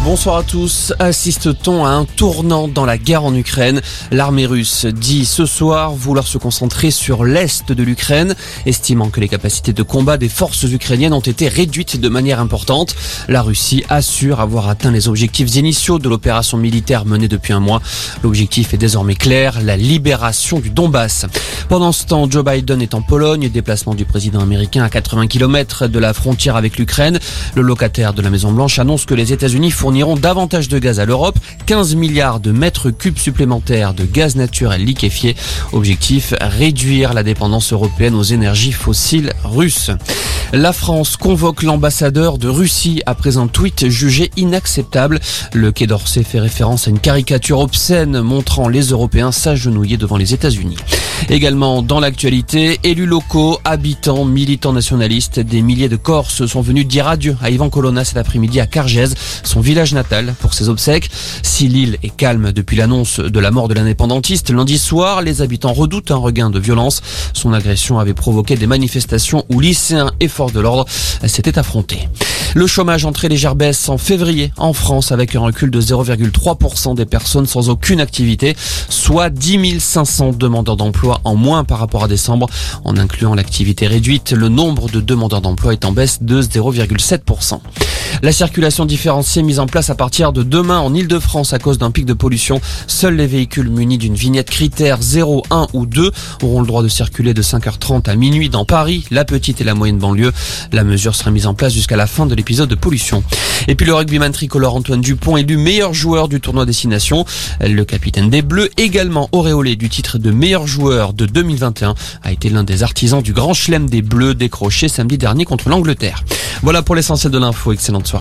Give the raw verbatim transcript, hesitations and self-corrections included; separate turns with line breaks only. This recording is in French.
Bonsoir à tous. Assiste-t-on à un tournant dans la guerre en Ukraine ? L'armée russe dit ce soir vouloir se concentrer sur l'est de l'Ukraine, estimant que les capacités de combat des forces ukrainiennes ont été réduites de manière importante. La Russie assure avoir atteint les objectifs initiaux de l'opération militaire menée depuis un mois. L'objectif est désormais clair, la libération du Donbass. Pendant ce temps, Joe Biden est en Pologne, déplacement du président américain à quatre-vingts kilomètres de la frontière avec l'Ukraine. Le locataire de la Maison-Blanche annonce que les États-Unis fourniront davantage de gaz à l'Europe, quinze milliards de mètres cubes supplémentaires de gaz naturel liquéfié. Objectif, réduire la dépendance européenne aux énergies fossiles russes. La France convoque l'ambassadeur de Russie après un tweet jugé inacceptable. Le Quai d'Orsay fait référence à une caricature obscène montrant les Européens s'agenouiller devant les États-Unis. Également dans l'actualité, élus locaux, habitants, militants nationalistes, des milliers de Corses sont venus dire adieu à Ivan Colonna cet après-midi à Cargèse, son village natal, pour ses obsèques. Si l'île est calme depuis l'annonce de la mort de l'indépendantiste lundi soir, les habitants redoutent un regain de violence. Son agression avait provoqué des manifestations où lycéens et forces de l'ordre s'étaient affrontés. Le chômage en très légère baisse en février en France avec un recul de zéro virgule trois pour cent des personnes sans aucune activité, soit dix mille cinq cents demandeurs d'emploi en moins par rapport à décembre. En incluant l'activité réduite, le nombre de demandeurs d'emploi est en baisse de zéro virgule sept pour cent. La circulation différenciée mise en place à partir de demain en Ile-de-France à cause d'un pic de pollution. Seuls les véhicules munis d'une vignette critère zéro, un ou deux auront le droit de circuler de cinq heures trente à minuit dans Paris, la petite et la moyenne banlieue. La mesure sera mise en place jusqu'à la fin de l'épisode de pollution. Et puis le rugbyman tricolore Antoine Dupont élu meilleur joueur du tournoi Destination. Le capitaine des Bleus, également auréolé du titre de meilleur joueur de deux mille vingt et un, a été l'un des artisans du grand chelem des Bleus décroché samedi dernier contre l'Angleterre. Voilà pour l'essentiel de l'info. Excellente soirée.